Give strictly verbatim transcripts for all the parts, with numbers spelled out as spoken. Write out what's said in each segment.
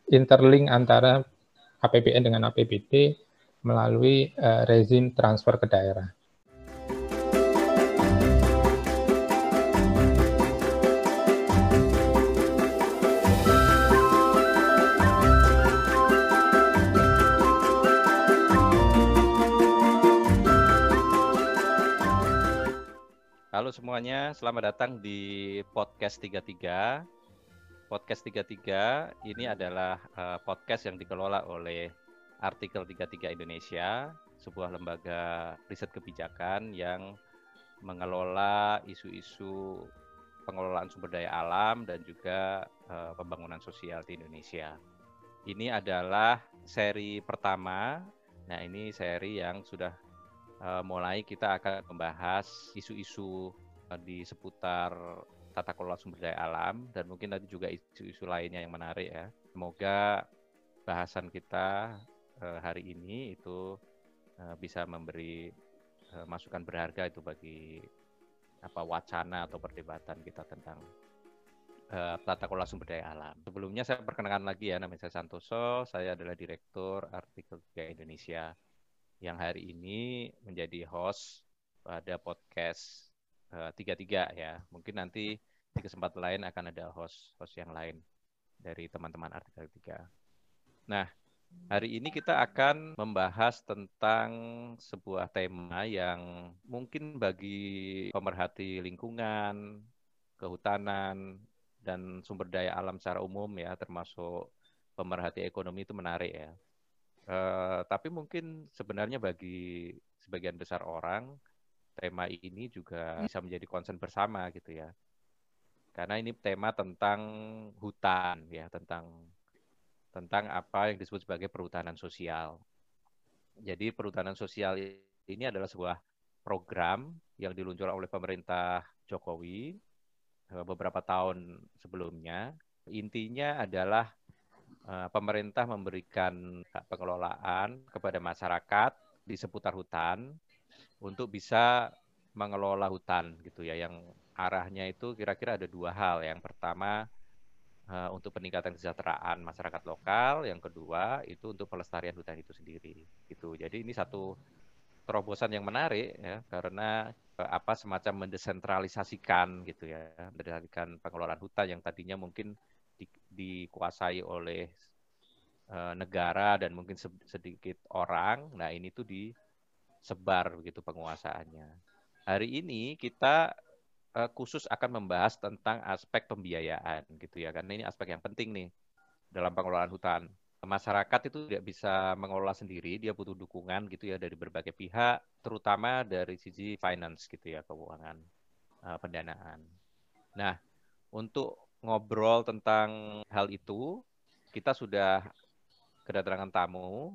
interlink antara A P B N dengan A P B D melalui uh, rezim transfer ke daerah. Halo semuanya, selamat datang di Podcast tiga puluh tiga. Podcast tiga puluh tiga ini adalah uh, podcast yang dikelola oleh Artikel tiga puluh tiga Indonesia, sebuah lembaga riset kebijakan yang mengelola isu-isu pengelolaan sumber daya alam dan juga uh, pembangunan sosial di Indonesia. Ini adalah seri pertama. Nah, ini seri yang sudah Uh, mulai kita akan membahas isu-isu uh, di seputar tata kelola sumber daya alam dan mungkin nanti juga isu-isu lainnya yang menarik ya. Semoga bahasan kita uh, hari ini itu uh, bisa memberi uh, masukan berharga itu bagi apa wacana atau perdebatan kita tentang uh, tata kelola sumber daya alam. Sebelumnya saya perkenalkan lagi ya, nama saya Santoso, saya adalah Direktur Artikel tiga Indonesia yang hari ini menjadi host pada podcast uh, tiga puluh tiga ya. Mungkin nanti di kesempatan lain akan ada host-host yang lain dari teman-teman Artikel tiga. Nah, hari ini kita akan membahas tentang sebuah tema yang mungkin bagi pemerhati lingkungan, kehutanan, dan sumber daya alam secara umum ya, termasuk pemerhati ekonomi itu menarik ya. Uh, tapi mungkin sebenarnya bagi sebagian besar orang tema ini juga bisa menjadi concern bersama gitu ya, karena ini tema tentang hutan ya, tentang tentang apa yang disebut sebagai perhutanan sosial. Jadi perhutanan sosial ini adalah sebuah program yang diluncurkan oleh pemerintah Jokowi beberapa tahun sebelumnya. Intinya adalah pemerintah memberikan pengelolaan kepada masyarakat di seputar hutan untuk bisa mengelola hutan gitu ya, yang arahnya itu kira-kira ada dua hal. Yang pertama untuk peningkatan kesejahteraan masyarakat lokal, yang kedua itu untuk pelestarian hutan itu sendiri gitu. Jadi ini satu terobosan yang menarik ya, karena apa semacam mendesentralisasikan gitu ya, mendesentralisasikan pengelolaan hutan yang tadinya mungkin Di, dikuasai oleh uh, negara dan mungkin sedikit orang. Nah, ini tuh disebar begitu penguasaannya. Hari ini kita uh, khusus akan membahas tentang aspek pembiayaan gitu ya, karena ini aspek yang penting nih dalam pengelolaan hutan. Masyarakat itu tidak bisa mengelola sendiri, dia butuh dukungan gitu ya dari berbagai pihak, terutama dari sisi finance gitu ya, keuangan, uh, pendanaan. Nah, untuk ngobrol tentang hal itu, kita sudah kedatangan tamu,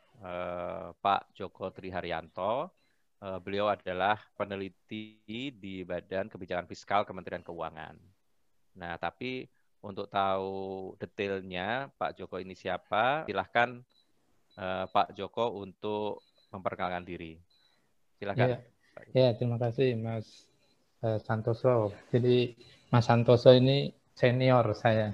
eh, Pak Joko Triharyanto. Eh, beliau adalah peneliti di Badan Kebijakan Fiskal Kementerian Keuangan. Nah, tapi untuk tahu detailnya Pak Joko ini siapa, silahkan eh, Pak Joko untuk memperkenalkan diri. Silahkan. Ya, ya terima kasih Mas uh, Santoso. Jadi Mas Santoso ini senior saya.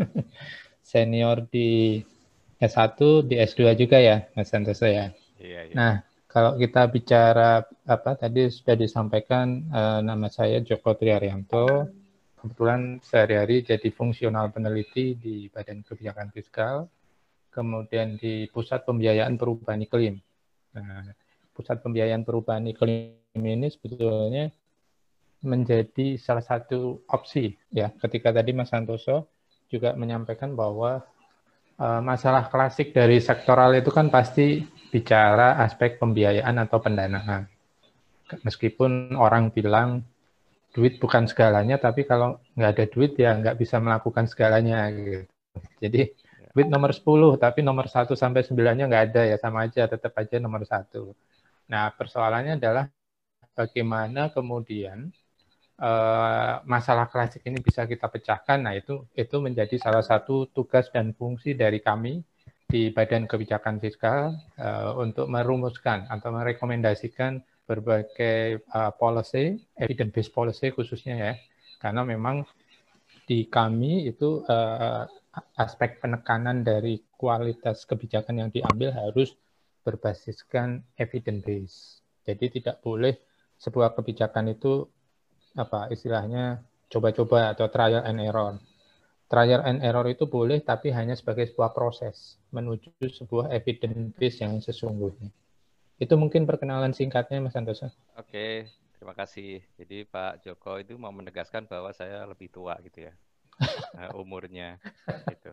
Senior di S satu, di S dua juga ya, Mas Santoso ya. Iya, iya. Nah, kalau kita bicara apa tadi sudah disampaikan, uh, nama saya Joko Triharyanto. Kebetulan sehari-hari jadi fungsional peneliti di Badan Kebijakan Fiskal, kemudian di Pusat Pembiayaan Perubahan Iklim. Nah, Pusat Pembiayaan Perubahan Iklim ini sebetulnya menjadi salah satu opsi ya. Ketika tadi Mas Santoso juga menyampaikan bahwa uh, masalah klasik dari sektoral itu kan pasti bicara aspek pembiayaan atau pendanaan. Meskipun orang bilang duit bukan segalanya, tapi kalau nggak ada duit ya nggak bisa melakukan segalanya gitu. Jadi duit nomor sepuluh, tapi nomor satu sampai sembilannya nggak ada ya, sama aja, tetap aja nomor satu. Nah, persoalannya adalah bagaimana kemudian Uh, masalah klasik ini bisa kita pecahkan. Nah, itu itu menjadi salah satu tugas dan fungsi dari kami di Badan Kebijakan Fiskal uh, untuk merumuskan atau merekomendasikan berbagai uh, policy, evidence-based policy khususnya ya, karena memang di kami itu uh, aspek penekanan dari kualitas kebijakan yang diambil harus berbasiskan evidence base. Jadi tidak boleh sebuah kebijakan itu apa istilahnya coba-coba atau trial and error. Trial and error itu boleh, tapi hanya sebagai sebuah proses menuju sebuah evidence base yang sesungguhnya. Itu mungkin perkenalan singkatnya, Mas Santoso. Oke, terima kasih. Jadi Pak Joko itu mau menegaskan bahwa saya lebih tua gitu ya, uh, umurnya. Gitu.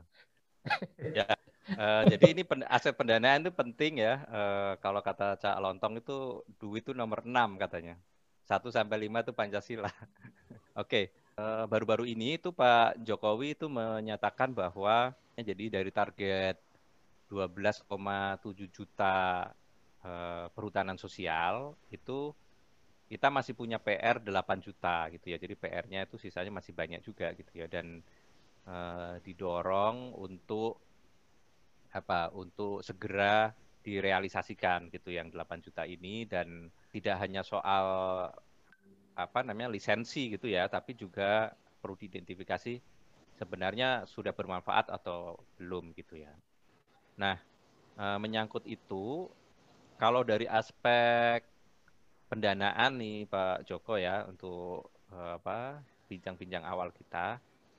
Ya, uh, jadi ini pen, aspek pendanaan itu penting ya. Uh, kalau kata Cak Lontong itu duit itu nomor enam katanya. Satu sampai lima itu Pancasila. Oke, uh, baru-baru ini itu Pak Jokowi itu menyatakan bahwa ya, jadi dari target dua belas koma tujuh juta uh, perhutanan sosial itu kita masih punya P R delapan juta gitu ya. Jadi P R-nya itu sisanya masih banyak juga gitu ya. Dan uh, didorong untuk apa? Untuk segera direalisasikan gitu yang delapan juta ini, dan tidak hanya soal apa namanya lisensi gitu ya, tapi juga perlu diidentifikasi sebenarnya sudah bermanfaat atau belum gitu ya. Nah, uh, menyangkut itu, kalau dari aspek pendanaan nih Pak Joko ya, untuk uh, apa bincang-bincang awal kita,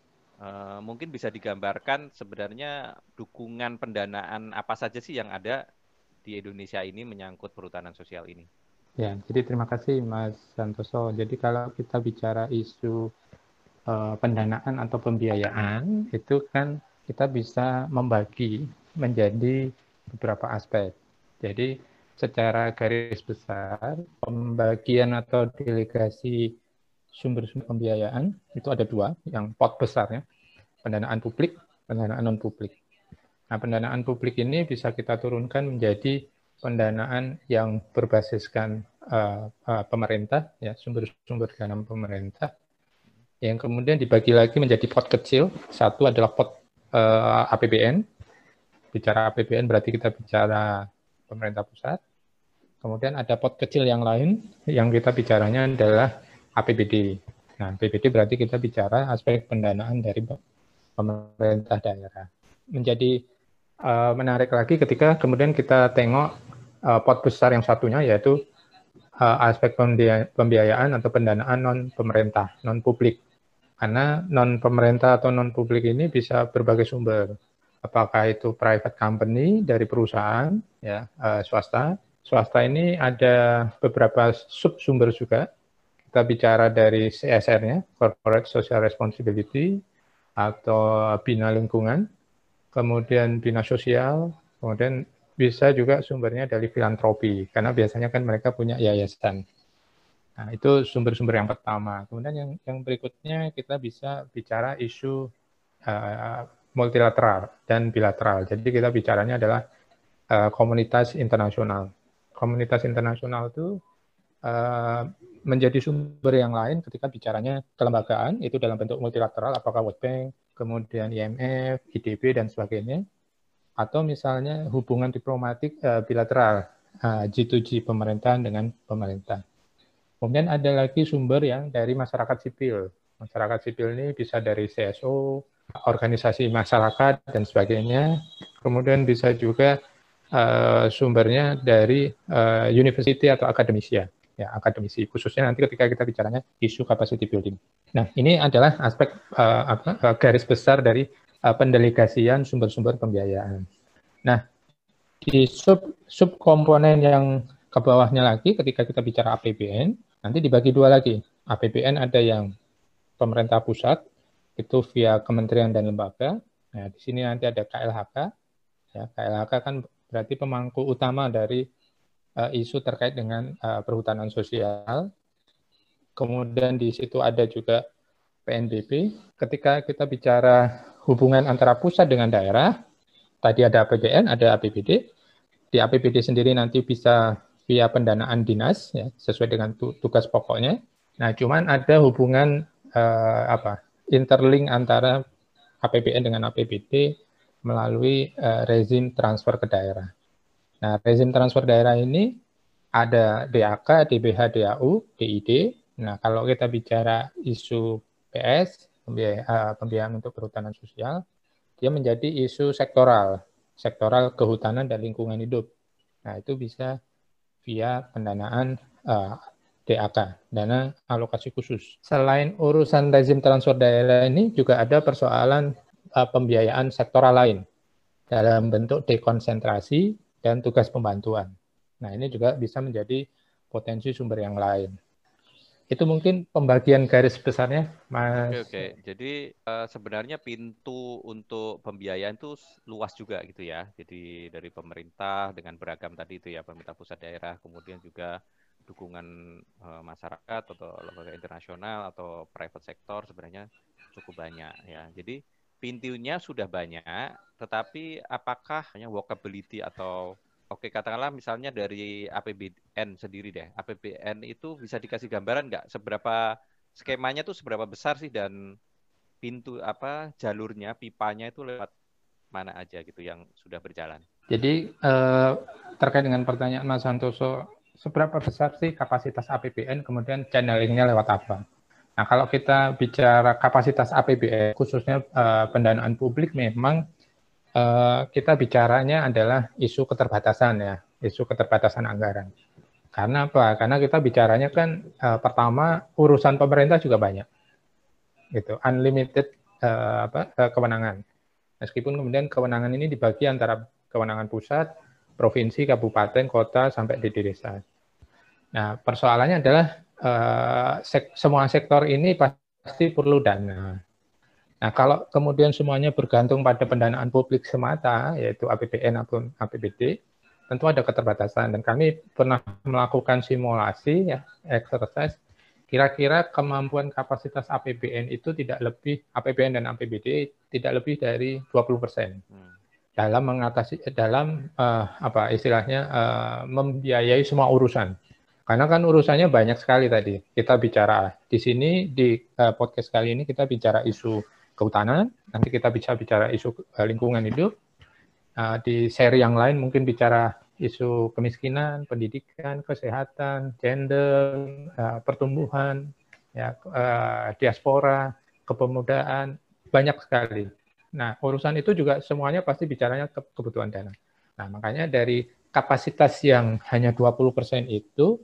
uh, mungkin bisa digambarkan sebenarnya dukungan pendanaan apa saja sih yang ada di Indonesia ini menyangkut perhutanan sosial ini. Ya, jadi terima kasih Mas Santoso. Jadi kalau kita bicara isu uh, pendanaan atau pembiayaan, itu kan kita bisa membagi menjadi beberapa aspek. Jadi secara garis besar, pembagian atau delegasi sumber-sumber pembiayaan itu ada dua, yang pot besarnya, pendanaan publik, pendanaan non-publik. Nah, pendanaan publik ini bisa kita turunkan menjadi pendanaan yang berbasiskan uh, uh, pemerintah, ya sumber-sumber dana pemerintah, yang kemudian dibagi lagi menjadi pot kecil. Satu adalah pot uh, A P B N. Bicara A P B N berarti kita bicara pemerintah pusat. Kemudian ada pot kecil yang lain, yang kita bicaranya adalah A P B D. Nah, A P B D berarti kita bicara aspek pendanaan dari pemerintah daerah. Menjadi uh, menarik lagi ketika kemudian kita tengok uh, pot besar yang satunya, yaitu uh, aspek pembiayaan atau pendanaan non-pemerintah, non-publik. Karena non-pemerintah atau non-publik ini bisa berbagai sumber. Apakah itu private company dari perusahaan, ya uh, swasta. Swasta ini ada beberapa subsumber juga. Kita bicara dari C S R-nya, Corporate Social Responsibility, atau bina lingkungan, kemudian bina sosial, kemudian bisa juga sumbernya dari filantropi, karena biasanya kan mereka punya yayasan. Nah, itu sumber-sumber yang pertama. Kemudian yang, yang berikutnya kita bisa bicara isu uh, multilateral dan bilateral. Jadi kita bicaranya adalah uh, komunitas internasional. Komunitas internasional itu uh, menjadi sumber yang lain ketika bicaranya kelembagaan, itu dalam bentuk multilateral, apakah World Bank, kemudian I M F, I D B, dan sebagainya. Atau misalnya hubungan diplomatik uh, bilateral, uh, G dua G pemerintahan dengan pemerintah. Kemudian ada lagi sumber yang dari masyarakat sipil. Masyarakat sipil ini bisa dari C S O, organisasi masyarakat, dan sebagainya. Kemudian bisa juga uh, sumbernya dari uh, university atau akademisia. Ya, akademisi. Khususnya nanti ketika kita bicaranya isu capacity building. Nah, ini adalah aspek uh, apa, uh, garis besar dari uh, pendelegasian sumber-sumber pembiayaan. Nah, di sub sub komponen yang ke bawahnya lagi ketika kita bicara A P B N, nanti dibagi dua lagi. A P B N ada yang pemerintah pusat, itu via kementerian dan lembaga. Nah, di sini nanti ada K L H K. Ya, K L H K kan berarti pemangku utama dari uh, isu terkait dengan uh, perhutanan sosial. Kemudian di situ ada juga P N B P. Ketika kita bicara hubungan antara pusat dengan daerah, tadi ada A P B N, ada A P B D. Di A P B D sendiri nanti bisa via pendanaan dinas, ya, sesuai dengan tugas pokoknya. Nah, cuman ada hubungan eh, apa interlink antara A P B N dengan A P B D melalui eh, rezim transfer ke daerah. Nah, rezim transfer daerah ini ada D A K, D B H, D A U, D I D. Nah, kalau kita bicara isu P S, pembiayaan, pembiayaan untuk perhutanan sosial, dia menjadi isu sektoral, sektoral kehutanan dan lingkungan hidup. Nah, itu bisa via pendanaan uh, D A K, dana alokasi khusus. Selain urusan rezim transfer daerah ini juga ada persoalan uh, pembiayaan sektoral lain dalam bentuk dekonsentrasi dan tugas pembantuan. Nah, ini juga bisa menjadi potensi sumber yang lain. Itu mungkin pembagian garis besarnya, Mas. Oke, oke. Jadi uh, sebenarnya pintu untuk pembiayaan itu luas juga gitu ya. Jadi dari pemerintah dengan beragam tadi itu ya, pemerintah pusat daerah, kemudian juga dukungan uh, masyarakat atau lembaga internasional atau private sector sebenarnya cukup banyak ya. Jadi pintunya sudah banyak, tetapi apakah hanya workability atau oke katakanlah misalnya dari A P B N sendiri deh, A P B N itu bisa dikasih gambaran nggak seberapa skemanya tuh seberapa besar sih dan pintu apa jalurnya pipanya itu lewat mana aja gitu yang sudah berjalan. Jadi eh, terkait dengan pertanyaan Mas Santoso, seberapa besar sih kapasitas A P B N, kemudian channelingnya lewat apa? Nah, kalau kita bicara kapasitas A P B N, khususnya eh, pendanaan publik, memang eh, kita bicaranya adalah isu keterbatasan ya, isu keterbatasan anggaran. Karena apa? Karena kita bicaranya kan eh, pertama urusan pemerintah juga banyak, gitu, unlimited eh, apa, eh, kewenangan. Meskipun kemudian kewenangan ini dibagi antara kewenangan pusat, provinsi, kabupaten, kota, sampai di desa. Nah, persoalannya adalah eh, sek semua sektor ini pasti perlu dana. Nah, kalau kemudian semuanya bergantung pada pendanaan publik semata, yaitu A P B N ataupun A P B D, tentu ada keterbatasan. Dan kami pernah melakukan simulasi, ya, exercise, kira-kira kemampuan kapasitas A P B N itu tidak lebih, A P B N dan A P B D tidak lebih dari dua puluh persen. Hmm. Dalam mengatasi, dalam uh, apa istilahnya, uh, membiayai semua urusan. Karena kan urusannya banyak sekali tadi. Kita bicara di sini, di uh, podcast kali ini kita bicara isu kehutanan, nanti kita bisa bicara isu lingkungan hidup, uh, di seri yang lain mungkin bicara isu kemiskinan, pendidikan, kesehatan, gender, uh, pertumbuhan, ya, uh, diaspora, kepemudaan, banyak sekali. Nah, urusan itu juga semuanya pasti bicaranya ke kebutuhan dana. Nah, makanya dari kapasitas yang hanya dua puluh persen itu,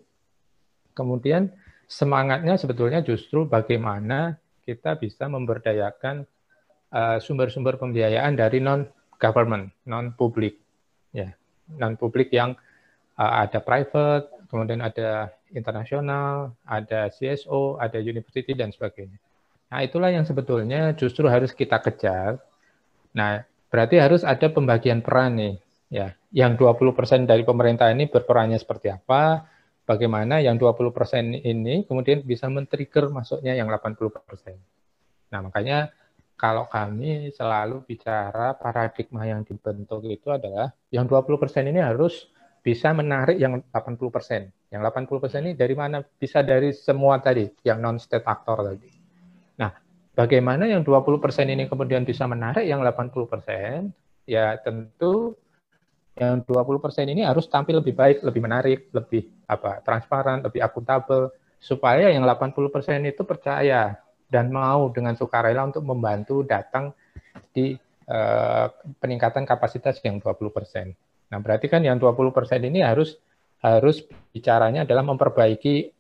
kemudian semangatnya sebetulnya justru bagaimana kita bisa memberdayakan sumber-sumber uh, pembiayaan dari non-government, non-publik. Ya, non-publik yang uh, ada private, kemudian ada internasional, ada C S O, ada university, dan sebagainya. Nah, itulah yang sebetulnya justru harus kita kejar. Nah, berarti harus ada pembagian peran nih. Ya, yang dua puluh persen dari pemerintah ini berperannya seperti apa, bagaimana yang dua puluh persen ini kemudian bisa men-trigger masuknya yang delapan puluh persen. Nah, makanya kalau kami selalu bicara paradigma yang dibentuk itu adalah yang dua puluh persen ini harus bisa menarik yang delapan puluh persen. Yang delapan puluh persen ini dari mana? Bisa dari semua tadi, yang non-state actor tadi. Nah, bagaimana yang dua puluh persen ini kemudian bisa menarik yang delapan puluh persen? Ya tentu yang dua puluh persen ini harus tampil lebih baik, lebih menarik, lebih apa transparan, lebih akuntabel, supaya yang delapan puluh persen itu percaya dan mau dengan sukarela untuk membantu datang di uh, peningkatan kapasitas yang dua puluh persen. Nah, berarti kan yang dua puluh persen ini harus harus bicaranya adalah memperbaiki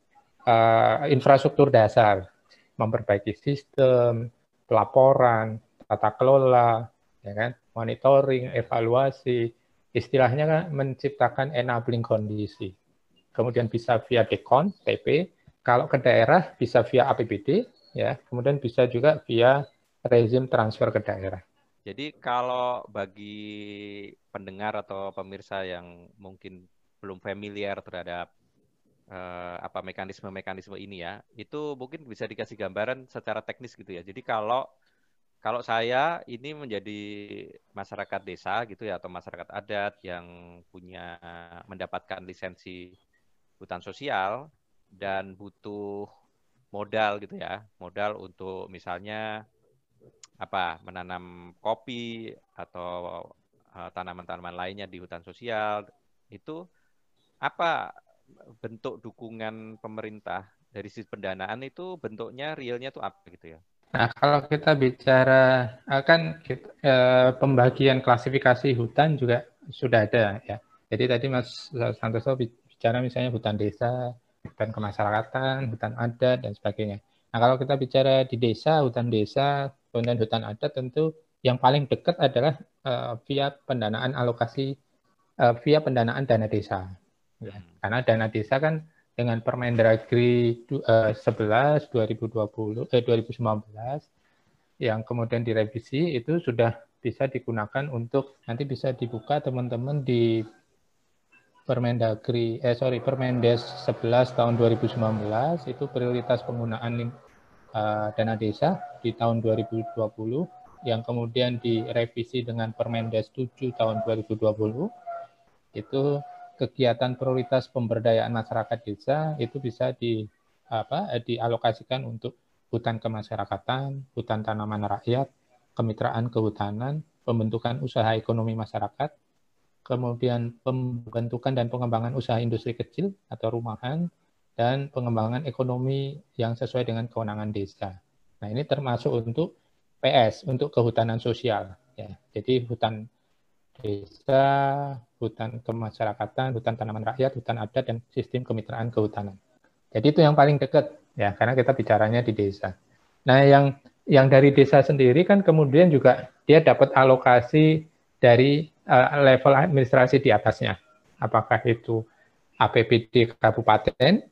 uh, infrastruktur dasar, memperbaiki sistem, pelaporan, tata kelola, ya kan, monitoring, evaluasi, istilahnya kan menciptakan enabling kondisi. Kemudian bisa via dekon, T P, kalau ke daerah bisa via A P B D, ya, kemudian bisa juga via rezim transfer ke daerah. Jadi kalau bagi pendengar atau pemirsa yang mungkin belum familiar terhadap eh, apa mekanisme-mekanisme ini ya, itu mungkin bisa dikasih gambaran secara teknis gitu ya. Jadi kalau kalau saya ini menjadi masyarakat desa gitu ya atau masyarakat adat yang punya mendapatkan lisensi hutan sosial dan butuh modal gitu ya, modal untuk misalnya apa menanam kopi atau uh, tanaman-tanaman lainnya di hutan sosial, itu apa bentuk dukungan pemerintah dari sisi pendanaan itu bentuknya realnya itu apa gitu ya? Nah, kalau kita bicara kan kita, eh, pembagian klasifikasi hutan juga sudah ada ya. Jadi tadi Mas Santoso bicara misalnya hutan desa, hutan kemasyarakatan, hutan adat dan sebagainya. Nah, kalau kita bicara di desa, hutan desa, kemudian hutan adat tentu yang paling dekat adalah uh, via pendanaan alokasi uh, via pendanaan dana desa. Ya. Karena dana desa kan dengan Permendagri uh, sebelas dua ribu dua puluh eh dua ribu sembilan belas yang kemudian direvisi itu sudah bisa digunakan untuk nanti bisa dibuka teman-teman di Permendagri eh sorry Permendes sebelas tahun dua ribu sembilan belas itu prioritas penggunaan uh, dana desa di tahun dua ribu dua puluh yang kemudian direvisi dengan Permendes tujuh tahun dua ribu dua puluh itu kegiatan prioritas pemberdayaan masyarakat desa itu bisa di apa dialokasikan untuk hutan kemasyarakatan, hutan tanaman rakyat, kemitraan kehutanan, pembentukan usaha ekonomi masyarakat, kemudian pembentukan dan pengembangan usaha industri kecil atau rumahan, dan pengembangan ekonomi yang sesuai dengan kewenangan desa. Nah, ini termasuk untuk P S, untuk kehutanan sosial. Ya. Jadi hutan desa, hutan kemasyarakatan, hutan tanaman rakyat, hutan adat, dan sistem kemitraan kehutanan. Jadi itu yang paling dekat, ya, karena kita bicaranya di desa. Nah, yang yang dari desa sendiri kan kemudian juga dia dapat alokasi dari uh, level administrasi di atasnya. Apakah itu A P B D kabupaten,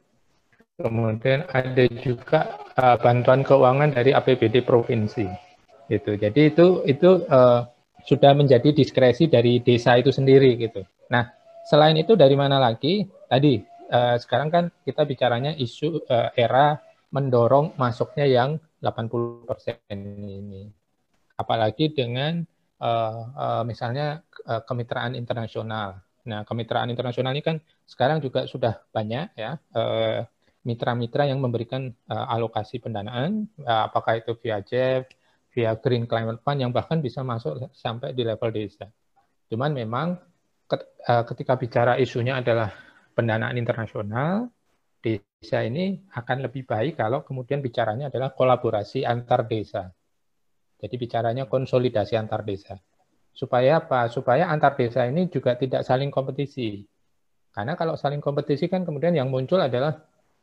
kemudian ada juga uh, bantuan keuangan dari A P B D provinsi. Gitu. Jadi itu itu uh, sudah menjadi diskresi dari desa itu sendiri gitu. Nah, selain itu dari mana lagi? Tadi uh, sekarang kan kita bicaranya isu uh, era mendorong masuknya yang delapan puluh persen ini. Apalagi dengan uh, uh, misalnya uh, kemitraan internasional. Nah, kemitraan internasional ini kan sekarang juga sudah banyak ya uh, mitra-mitra yang memberikan uh, alokasi pendanaan, uh, apakah itu via J E F, via Green Climate Fund yang bahkan bisa masuk sampai di level desa. Cuman memang ketika bicara isunya adalah pendanaan internasional, desa ini akan lebih baik kalau kemudian bicaranya adalah kolaborasi antar desa. Jadi bicaranya konsolidasi antar desa. Supaya apa? Supaya antar desa ini juga tidak saling kompetisi. Karena kalau saling kompetisi kan kemudian yang muncul adalah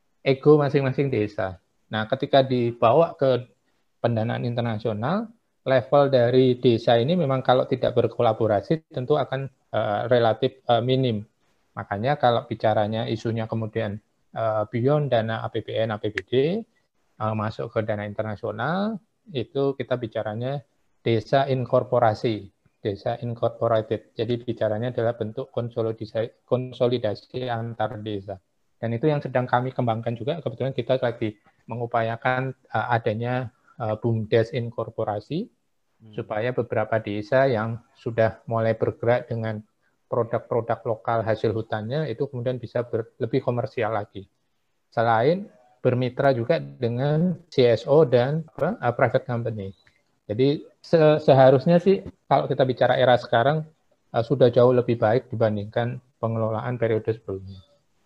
ego masing-masing desa. Nah, ketika dibawa ke pendanaan internasional, level dari desa ini memang kalau tidak berkolaborasi tentu akan uh, relatif uh, minim. Makanya kalau bicaranya isunya kemudian uh, beyond dana A P B N, A P B D, uh, masuk ke dana internasional, itu kita bicaranya desa inkorporasi, desa incorporated. Jadi bicaranya adalah bentuk konsolidasi, konsolidasi antar desa. Dan itu yang sedang kami kembangkan juga, kebetulan kita lagi mengupayakan uh, adanya uh, BUMDes inkorporasi, hmm. supaya beberapa desa yang sudah mulai bergerak dengan produk-produk lokal hasil hutannya, itu kemudian bisa ber, lebih komersial lagi. Selain bermitra juga dengan C S O dan apa, uh, private company. Jadi se seharusnya sih kalau kita bicara era sekarang, uh, sudah jauh lebih baik dibandingkan pengelolaan periode sebelumnya.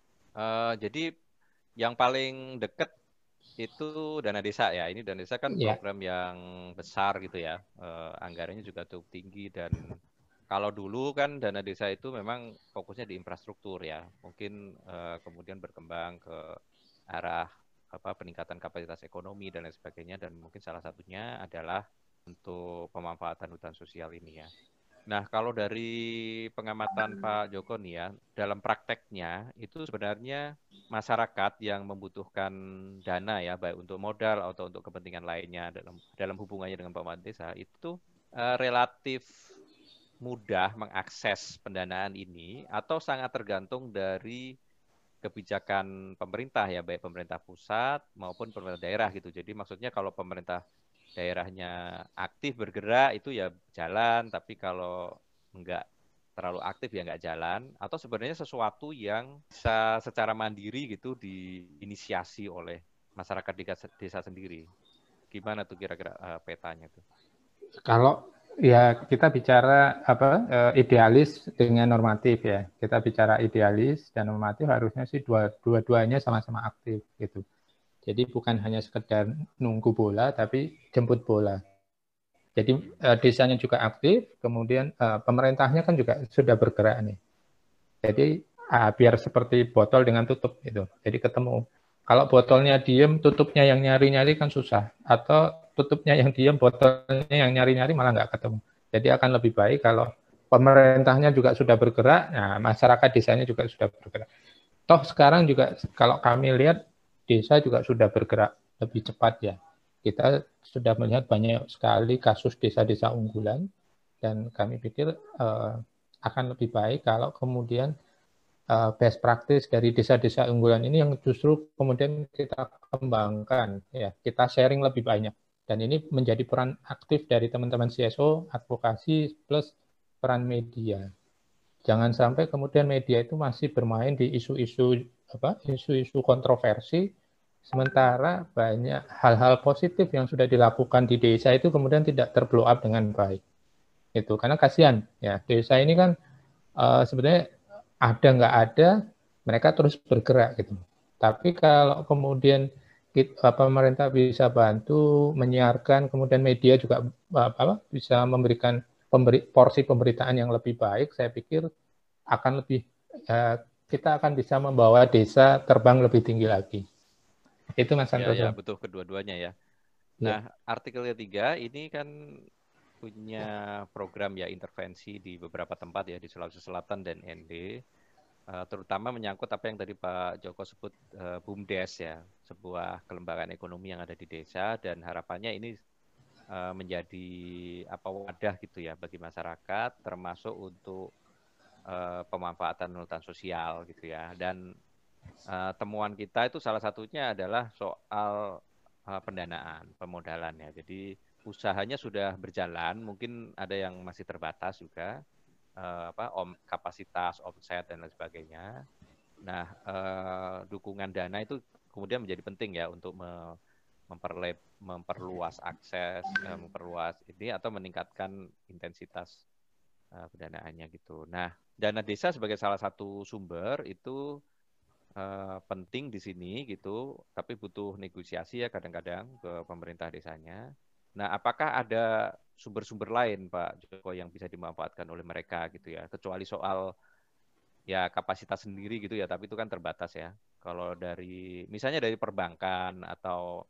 Uh, jadi yang paling dekat itu dana desa ya. Ini dana desa kan yeah. program yang besar gitu ya. Uh, anggarannya juga cukup tinggi dan kalau dulu kan dana desa itu memang fokusnya di infrastruktur ya. Mungkin uh, kemudian berkembang ke arah apa peningkatan kapasitas ekonomi dan lain sebagainya dan mungkin salah satunya adalah untuk pemanfaatan hutan sosial ini ya. Nah, kalau dari pengamatan Pak Joko nih ya, dalam prakteknya itu sebenarnya masyarakat yang membutuhkan dana ya, baik untuk modal atau untuk kepentingan lainnya dalam dalam hubungannya dengan pemerintah desa itu uh, relatif mudah mengakses pendanaan ini atau sangat tergantung dari kebijakan pemerintah ya, baik pemerintah pusat maupun pemerintah daerah gitu. Jadi maksudnya kalau pemerintah daerahnya aktif bergerak itu ya jalan, tapi kalau enggak terlalu aktif ya enggak jalan, atau sebenarnya sesuatu yang bisa secara mandiri gitu diinisiasi oleh masyarakat di desa sendiri. Gimana tuh kira-kira uh, petanya tuh? Kalau ya kita bicara apa uh, idealis dengan normatif ya. Kita bicara idealis dan normatif harusnya sih dua dua-duanya sama-sama aktif gitu. Jadi bukan hanya sekedar nunggu bola, tapi jemput bola. Jadi uh, desanya juga aktif, kemudian uh, pemerintahnya kan juga sudah bergerak nih. Jadi uh, biar seperti botol dengan tutup itu. Jadi ketemu. Kalau botolnya diem, tutupnya yang nyari-nyari kan susah. Atau tutupnya yang diem, botolnya yang nyari-nyari malah nggak ketemu. Jadi akan lebih baik kalau pemerintahnya juga sudah bergerak, nah masyarakat desanya juga sudah bergerak. Toh sekarang juga kalau kami lihat desa juga sudah bergerak lebih cepat ya. Kita sudah melihat banyak sekali kasus desa-desa unggulan dan kami pikir uh, akan lebih baik kalau kemudian uh, best practice dari desa-desa unggulan ini yang justru kemudian kita kembangkan ya, kita sharing lebih banyak. Dan ini menjadi peran aktif dari teman-teman C S O, advokasi plus peran media. Jangan sampai kemudian media itu masih bermain di isu-isu apa isu-isu kontroversi, sementara banyak hal-hal positif yang sudah dilakukan di desa itu kemudian tidak terblow up dengan baik. Itu karena kasihan ya, desa ini kan uh, sebenarnya ada nggak ada mereka terus bergerak gitu. Tapi kalau kemudian kita, pemerintah bisa bantu menyiarkan, kemudian media juga apa, bisa memberikan pemberi, porsi pemberitaan yang lebih baik, saya pikir akan lebih uh, kita akan bisa membawa desa terbang lebih tinggi lagi. Itu Mas Santoso. Ya, ya betul kedua-duanya ya. Nah, ya. Artikel ketiga ini kan punya program ya intervensi di beberapa tempat ya di Sulawesi Selatan dan N D, uh, terutama menyangkut apa yang tadi Pak Joko sebut uh, BUMDes ya, sebuah kelembagaan ekonomi yang ada di desa dan harapannya ini uh, menjadi apa wadah gitu ya bagi masyarakat, termasuk untuk Uh, pemanfaatan hutan sosial gitu ya. Dan uh, temuan kita itu salah satunya adalah soal uh, pendanaan, pemodalan ya. Jadi usahanya sudah berjalan, mungkin ada yang masih terbatas juga, uh, apa om, kapasitas, omset dan lain sebagainya. Nah, uh, dukungan dana itu kemudian menjadi penting ya untuk me, memperle, memperluas akses, uh, memperluas ini atau meningkatkan intensitas uh, pendanaannya gitu. Nah, dana desa sebagai salah satu sumber itu uh, penting di sini gitu, tapi butuh negosiasi ya kadang-kadang ke pemerintah desanya. Nah, apakah ada sumber-sumber lain Pak Joko yang bisa dimanfaatkan oleh mereka gitu ya, kecuali soal ya kapasitas sendiri gitu ya, tapi itu kan terbatas ya. Kalau dari misalnya dari perbankan atau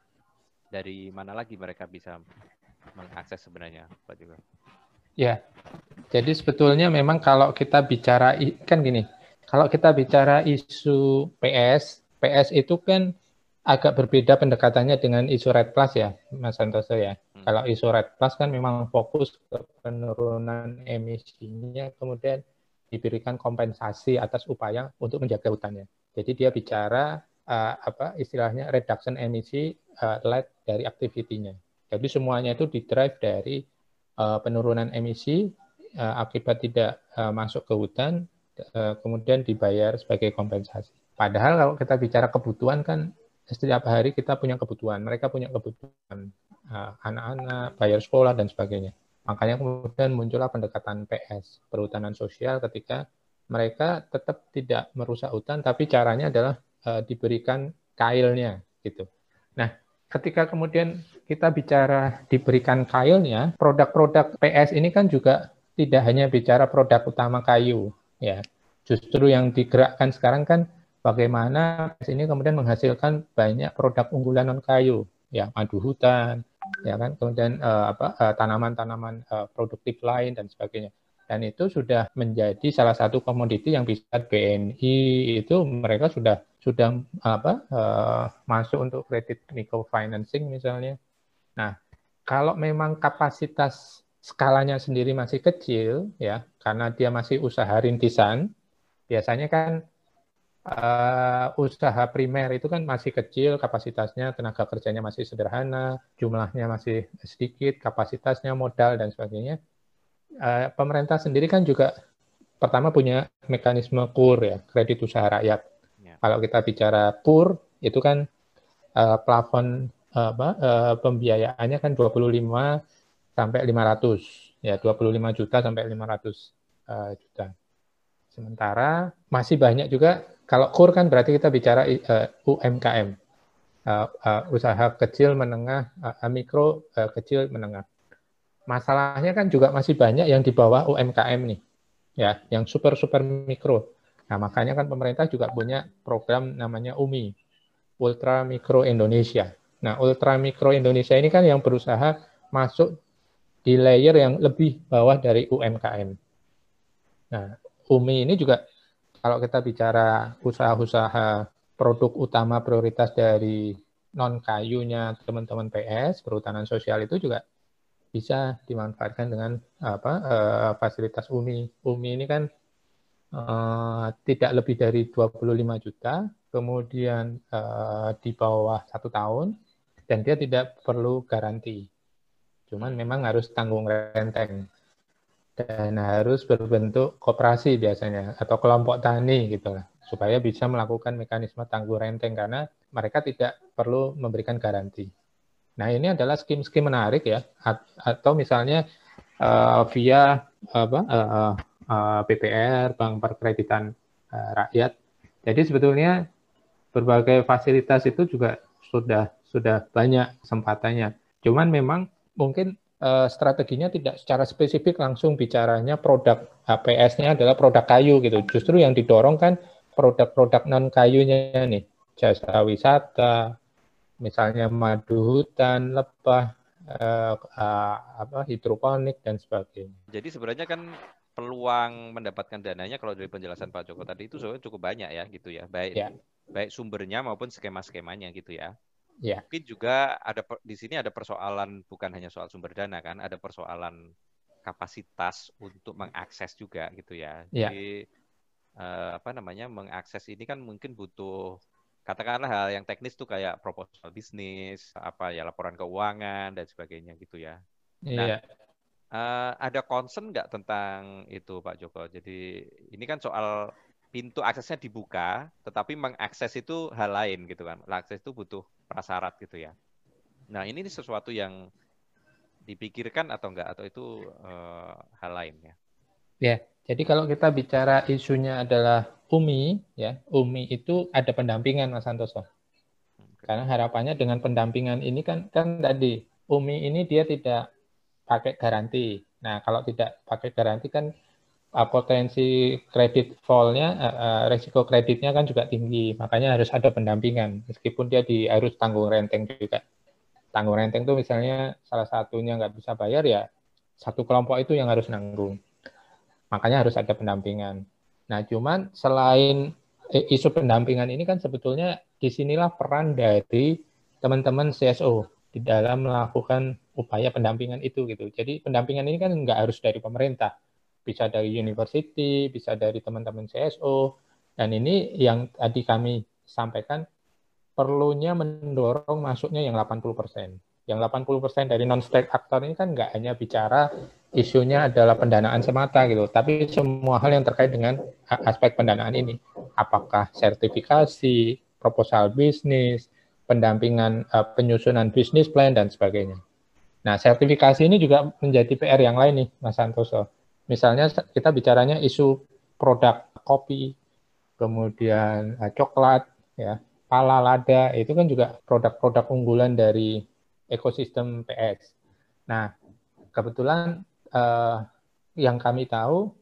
dari mana lagi mereka bisa mengakses sebenarnya Pak Joko? Ya, jadi sebetulnya memang kalau kita bicara, kan gini, kalau kita bicara isu P S, P S itu kan agak berbeda pendekatannya dengan isu Red Plus ya, Mas Santoso ya. Hmm. Kalau isu Red Plus kan memang fokus ke penurunan emisinya, kemudian diberikan kompensasi atas upaya untuk menjaga hutannya. Jadi dia bicara uh, apa istilahnya reduction emisi uh, led dari activity-nya. Jadi semuanya itu didrive dari uh, penurunan emisi uh, akibat tidak uh, masuk ke hutan, uh, kemudian dibayar sebagai kompensasi. Padahal kalau kita bicara kebutuhan kan setiap hari kita punya kebutuhan, mereka punya kebutuhan uh, anak-anak, bayar sekolah dan sebagainya. Makanya kemudian muncullah pendekatan P S, perhutanan sosial, ketika mereka tetap tidak merusak hutan, tapi caranya adalah uh, diberikan kailnya gitu. Nah, ketika kemudian kita bicara diberikan kailnya, produk-produk P S ini kan juga tidak hanya bicara produk utama kayu, ya. Justru yang digerakkan sekarang kan bagaimana P S ini kemudian menghasilkan banyak produk unggulan non kayu, ya madu hutan, ya kan, kemudian uh, apa uh, tanaman-tanaman uh, produktif lain dan sebagainya. Dan itu sudah menjadi salah satu komoditi yang bisa B N I itu mereka sudah sudah apa uh, masuk untuk kredit microfinancing misalnya. Nah, kalau memang kapasitas skalanya sendiri masih kecil ya, karena dia masih usaha rintisan, biasanya kan uh, usaha primer itu kan masih kecil kapasitasnya, tenaga kerjanya masih sederhana, jumlahnya masih sedikit, kapasitasnya, modal dan sebagainya. Uh, pemerintah sendiri kan juga pertama punya mekanisme K U R ya, kredit usaha rakyat. Ya. Kalau kita bicara K U R itu kan uh, plafon uh, apa, uh, pembiayaannya kan dua puluh lima sampai lima ratus ya, dua puluh lima juta sampai lima ratus uh, juta. Sementara masih banyak juga kalau K U R kan berarti kita bicara uh, U M K M. uh, uh, usaha kecil, menengah, uh, mikro, uh, kecil, menengah. Masalahnya kan juga masih banyak yang di bawah U M K M nih, ya, yang super super mikro. Nah, makanya kan pemerintah juga punya program namanya U M I, Ultra Mikro Indonesia. Nah, Ultra Mikro Indonesia ini kan yang berusaha masuk di layer yang lebih bawah dari U M K M. Nah, U M I ini juga kalau kita bicara usaha-usaha produk utama prioritas dari non kayunya teman-teman P S, perhutanan sosial itu juga bisa dimanfaatkan dengan apa uh, fasilitas U M I. U M I ini kan uh, tidak lebih dari dua puluh lima juta, kemudian uh, di bawah satu tahun, dan dia tidak perlu garansi. Cuman memang harus tanggung renteng dan harus berbentuk koperasi biasanya atau kelompok tani gitu lah, supaya bisa melakukan mekanisme tanggung renteng karena mereka tidak perlu memberikan garansi. Nah, ini adalah skim-skim menarik ya, atau misalnya uh, via apa uh, uh, B P R, Bank Perkreditan uh, Rakyat. Jadi sebetulnya berbagai fasilitas itu juga sudah sudah banyak kesempatannya. Cuman memang mungkin uh, strateginya tidak secara spesifik langsung bicaranya produk H P S-nya adalah produk kayu gitu. Justru yang didorong kan produk-produk non kayunya nih, jasa wisata, misalnya madu hutan, lebah, uh, uh, apa hidroponik dan sebagainya. Jadi sebenarnya kan peluang mendapatkan dananya kalau dari penjelasan Pak Joko tadi itu sebenarnya cukup banyak ya gitu ya, baik Ya, baik sumbernya maupun skema-skemanya gitu ya. ya, Mungkin juga ada di sini ada persoalan bukan hanya soal sumber dana kan, ada persoalan kapasitas untuk mengakses juga gitu ya. ya, Jadi eh, apa namanya mengakses ini kan mungkin butuh katakanlah hal yang teknis tuh kayak proposal bisnis, apa ya laporan keuangan dan sebagainya gitu ya. Nah, iya. eh, ada concern nggak tentang itu Pak Joko? Jadi ini kan soal pintu aksesnya dibuka, tetapi mengakses itu hal lain gitu kan. Akses itu butuh prasyarat gitu ya. Nah, ini sesuatu yang dipikirkan atau enggak atau itu uh, hal lain ya? Ya, jadi kalau kita bicara isunya adalah U M I, ya, U M I itu ada pendampingan, Mas Santoso. Okay. Karena harapannya dengan pendampingan ini kan kan tadi U M I ini dia tidak pakai garansi. Nah, kalau tidak pakai garansi kan uh, potensi kredit fall-nya, uh, uh, resiko kreditnya kan juga tinggi. Makanya harus ada pendampingan, meskipun dia di, harus tanggung renteng juga. Tanggung renteng itu misalnya salah satunya nggak bisa bayar ya, satu kelompok itu yang harus nanggung. Makanya harus ada pendampingan. Nah, cuman selain eh, isu pendampingan ini kan sebetulnya disinilah peran dari teman-teman C S O di dalam melakukan upaya pendampingan itu gitu. Jadi pendampingan ini kan nggak harus dari pemerintah, bisa dari university, bisa dari teman-teman C S O. Dan ini yang tadi kami sampaikan perlunya mendorong masuknya yang delapan puluh persen. Yang delapan puluh persen dari non-state actor ini kan nggak hanya bicara isunya adalah pendanaan semata gitu, tapi semua hal yang terkait dengan aspek pendanaan ini. Apakah sertifikasi, proposal bisnis, pendampingan uh, penyusunan bisnis plan, dan sebagainya. Nah, sertifikasi ini juga menjadi P R yang lain nih, Mas Santoso. Misalnya kita bicaranya isu produk kopi, kemudian uh, coklat, ya, pala lada, itu kan juga produk-produk unggulan dari ekosistem P S. Nah, kebetulan uh, yang kami tahu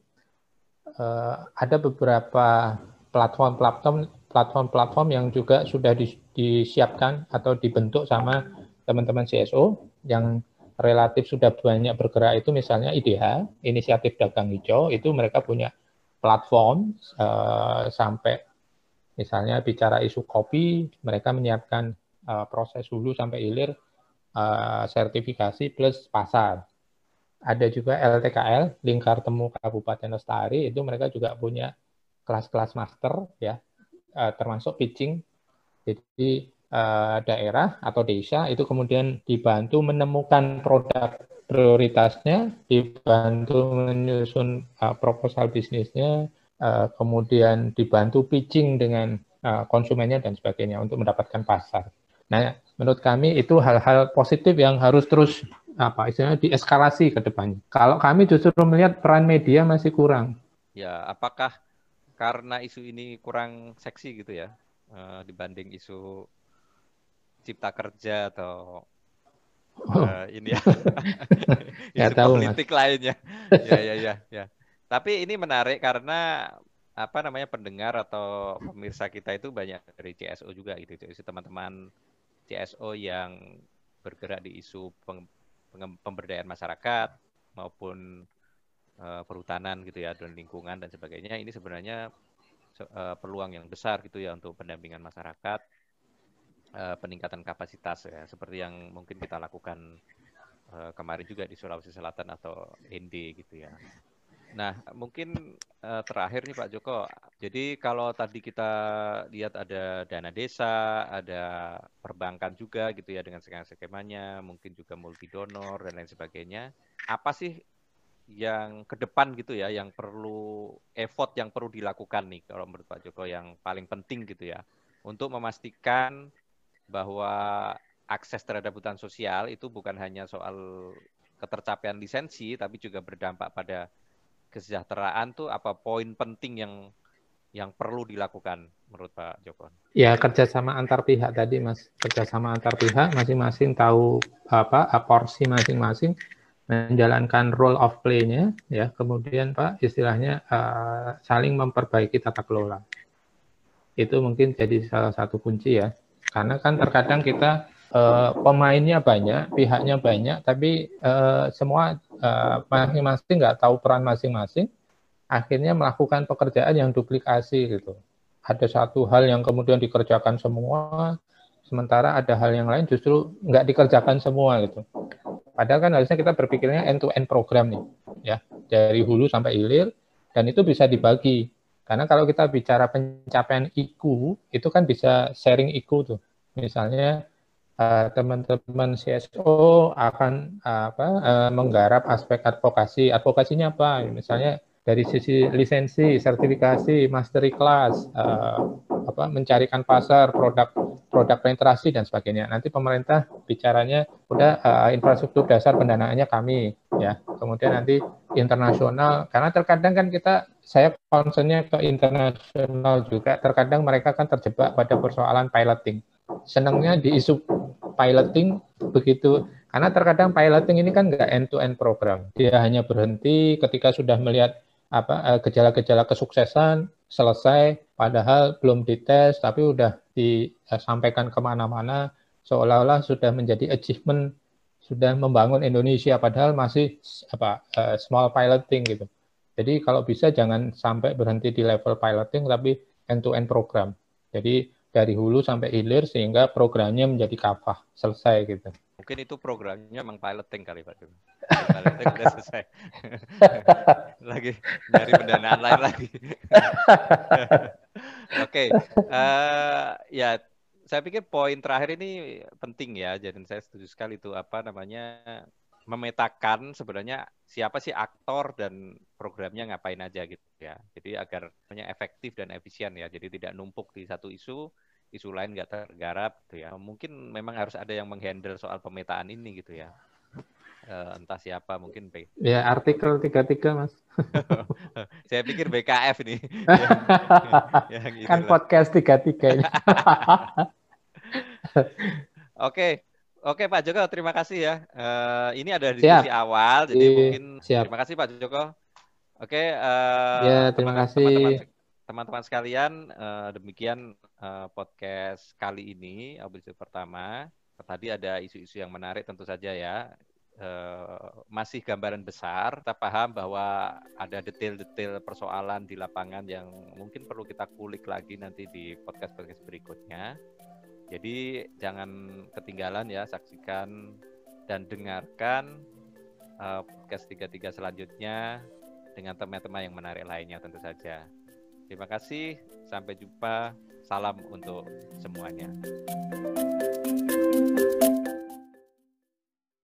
uh, ada beberapa platform-platform platform-platform yang juga sudah disiapkan atau dibentuk sama teman-teman C S O yang relatif sudah banyak bergerak itu, misalnya I D H, Inisiatif Dagang Hijau, itu mereka punya platform uh, sampai misalnya bicara isu kopi, mereka menyiapkan uh, proses hulu sampai hilir, uh, sertifikasi plus pasar. Ada juga L T K L, Lingkar Temu Kabupaten Lestari, itu mereka juga punya kelas-kelas master ya, uh, termasuk pitching. Jadi uh, daerah atau desa itu kemudian dibantu menemukan produk prioritasnya, dibantu menyusun uh, proposal bisnisnya, uh, kemudian dibantu pitching dengan uh, konsumennya dan sebagainya untuk mendapatkan pasar. Nah, menurut kami itu hal-hal positif yang harus terus apa istilahnya dieskalasi ke depannya. Kalau kami justru melihat peran media masih kurang. Ya, apakah karena isu ini kurang seksi gitu ya uh, dibanding isu cipta kerja atau Oh, uh, ini ya nggak isu tahu, Mas. politik lainnya. Ya, ya, ya, ya. Tapi ini menarik karena apa namanya pendengar atau pemirsa kita itu banyak dari C S O juga gitu, isu teman-teman C S O yang bergerak di isu peng, peng, pemberdayaan masyarakat maupun uh, perhutanan gitu ya dan lingkungan dan sebagainya. Ini sebenarnya uh, peluang yang besar gitu ya untuk pendampingan masyarakat, uh, peningkatan kapasitas ya seperti yang mungkin kita lakukan uh, kemarin juga di Sulawesi Selatan atau N D gitu ya. Nah, mungkin uh, terakhir nih Pak Joko. Jadi kalau tadi kita lihat ada dana desa, ada perbankan juga gitu ya dengan skema-skemanya, mungkin juga multi donor dan lain sebagainya. Apa sih yang ke depan gitu ya, yang perlu effort yang perlu dilakukan nih kalau menurut Pak Joko yang paling penting gitu ya untuk memastikan bahwa akses terhadap hutan sosial itu bukan hanya soal ketercapaian lisensi tapi juga berdampak pada kesejahteraan tuh apa poin penting yang yang perlu dilakukan menurut Pak Joko? Ya, kerjasama antar pihak tadi, Mas. Kerjasama antar pihak, masing-masing tahu apa porsi masing-masing, menjalankan role of play-nya, ya. Kemudian, Pak, istilahnya uh, saling memperbaiki tata kelola. Itu mungkin jadi salah satu kunci ya. Karena kan terkadang kita uh, pemainnya banyak, pihaknya banyak, tapi uh, semua uh, masing-masing nggak tahu peran masing-masing, akhirnya melakukan pekerjaan yang duplikasi gitu. Ada satu hal yang kemudian dikerjakan semua, sementara ada hal yang lain justru nggak dikerjakan semua gitu. Padahal kan harusnya kita berpikirnya end-to-end program nih, ya, dari hulu sampai hilir, dan itu bisa dibagi. Karena kalau kita bicara pencapaian I Q U, itu kan bisa sharing I Q U tuh. Misalnya uh, teman-teman C S O akan uh, apa, uh, menggarap aspek advokasi. Advokasinya apa? Misalnya dari sisi lisensi, sertifikasi, mastery class, uh, apa, mencarikan pasar, produk produk penetrasi dan sebagainya. Nanti pemerintah bicaranya udah uh, infrastruktur dasar pendanaannya kami, ya. Kemudian nanti internasional, karena terkadang kan kita, saya concernnya ke internasional juga. Terkadang mereka kan terjebak pada persoalan piloting. Senangnya di isu piloting begitu, karena terkadang piloting ini kan nggak end-to-end program. Dia hanya berhenti ketika sudah melihat apa gejala-gejala kesuksesan selesai, padahal belum dites tapi udah disampaikan kemana-mana seolah-olah sudah menjadi achievement, sudah membangun Indonesia, padahal masih apa uh, small piloting gitu. Jadi kalau bisa jangan sampai berhenti di level piloting tapi end-to-end program. Jadi dari hulu sampai hilir sehingga programnya menjadi kafah selesai gitu. Mungkin itu programnya memang piloting kali Pak Joko. Piloting udah selesai. Lagi nyari pendanaan lain lagi. Oke, okay. uh, ya saya pikir poin terakhir ini penting ya. Jadi saya setuju sekali itu apa namanya memetakan sebenarnya siapa sih aktor dan programnya ngapain aja gitu ya. Jadi agar punya efektif dan efisien ya. Jadi tidak numpuk di satu isu, isu lain nggak tergarap gitu ya. Mungkin memang harus ada yang menghandle soal pemetaan ini gitu ya. Uh, entah siapa mungkin B. Ya artikel tiga puluh tiga Mas. Saya pikir B K F nih. yang, yang kan podcast tiga puluh tiga ini. Oke. Oke Pak Joko, terima kasih ya. Uh, ini ada diskusi Siap. awal, jadi Siap. mungkin terima kasih Pak Joko. Oke, uh, ya, terima kasih teman-teman sekalian. Uh, demikian uh, podcast kali ini, episode pertama. Tadi ada isu-isu yang menarik tentu saja ya. Uh, masih gambaran besar, kita paham bahwa ada detail-detail persoalan di lapangan yang mungkin perlu kita kulik lagi nanti di podcast-podcast berikutnya. Jadi jangan ketinggalan ya, saksikan dan dengarkan uh, podcast tiga puluh tiga selanjutnya dengan teman-teman yang menarik lainnya tentu saja. Terima kasih, sampai jumpa, salam untuk semuanya.